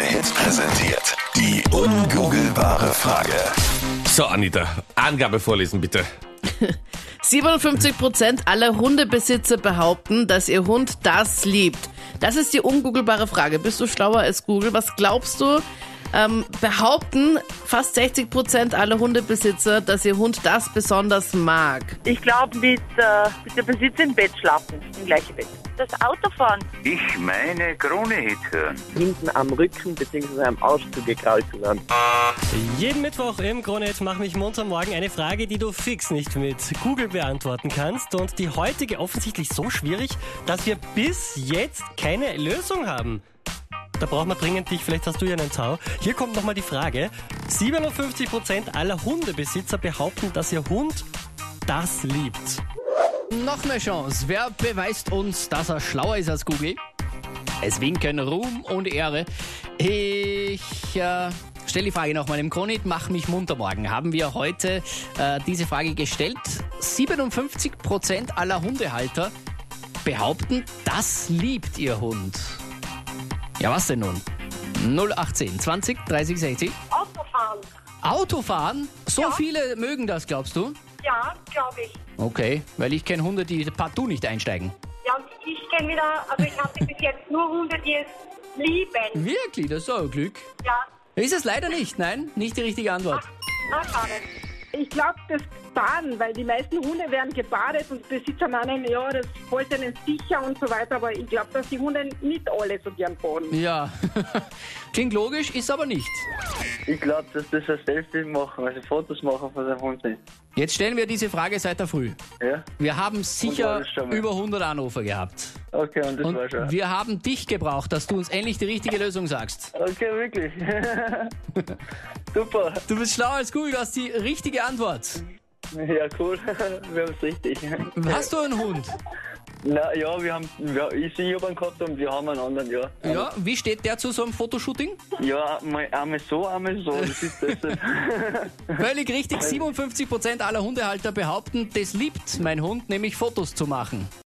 Hit präsentiert die ungoogelbare Frage. So, Anita, Angabe vorlesen bitte. 57% aller Hundebesitzer behaupten, dass ihr Hund das liebt. Das ist die ungoogelbare Frage. Bist du schlauer als Google? Was glaubst du? Behaupten fast 60% aller Hundebesitzer, dass ihr Hund das besonders mag. Ich glaube, mit der Besitzer im Bett schlafen, im gleichen Bett. Das Autofahren. Ich meine Krone-Hit hören. Hinten am Rücken bzw. am Arsch zugekrault zu werden. Jeden Mittwoch im Krone-Hit Mach mich munter morgen eine Frage, die du fix nicht mit Google beantworten kannst. Und die heutige offensichtlich so schwierig, dass wir bis jetzt keine Lösung haben. Da brauchen wir dringend dich, vielleicht hast du ja einen Zau. Hier kommt nochmal die Frage. 57% aller Hundebesitzer behaupten, dass ihr Hund das liebt. Noch eine Chance. Wer beweist uns, dass er schlauer ist als Google? Es winken Ruhm und Ehre. Ich stelle die Frage nochmal im Krone-Hit Mach mich munter morgen. Haben wir heute diese Frage gestellt. 57% aller Hundehalter behaupten, das liebt ihr Hund. Ja, was denn nun? 0810 20 30 60. Autofahren. Autofahren? So Ja. viele mögen das, glaubst du? Ja, glaube ich. Okay, weil ich kenne Hunde, die partout nicht einsteigen. Ja, und ich kenne wieder, also ich hatte bis jetzt nur Hunde, die es lieben. Wirklich? Das ist so ein Glück. Ja, Ist es leider nicht, nein? Nicht die richtige Antwort. schade. Ich glaube, das Baden, weil die meisten Hunde werden gebadet und Besitzer meinen, ja, das fällt ihnen sicher und so weiter, aber ich glaube, dass die Hunde nicht alle so gern baden. Ja, klingt logisch, ist aber nicht. Ich glaube, dass das ein Selfie machen, also Fotos machen von seinem Hund sind. Jetzt stellen wir diese Frage seit der Früh. Ja? Wir haben sicher das schon mal? über 100 Anrufer gehabt. Okay, und das Und war schon. wir haben dich gebraucht, dass du uns endlich die richtige Lösung sagst. Okay, wirklich. Super. Du bist schlauer als Google, du hast die richtige Antwort. Ja, cool. Wir haben es richtig. Hast du einen Hund? Na ja, ich habe einen gehabt und wir haben einen anderen, ja. Ja, wie steht der zu so einem Fotoshooting? Ja, einmal so, das ist das. Völlig richtig, 57% aller Hundehalter behaupten, das liebt mein Hund, nämlich Fotos zu machen.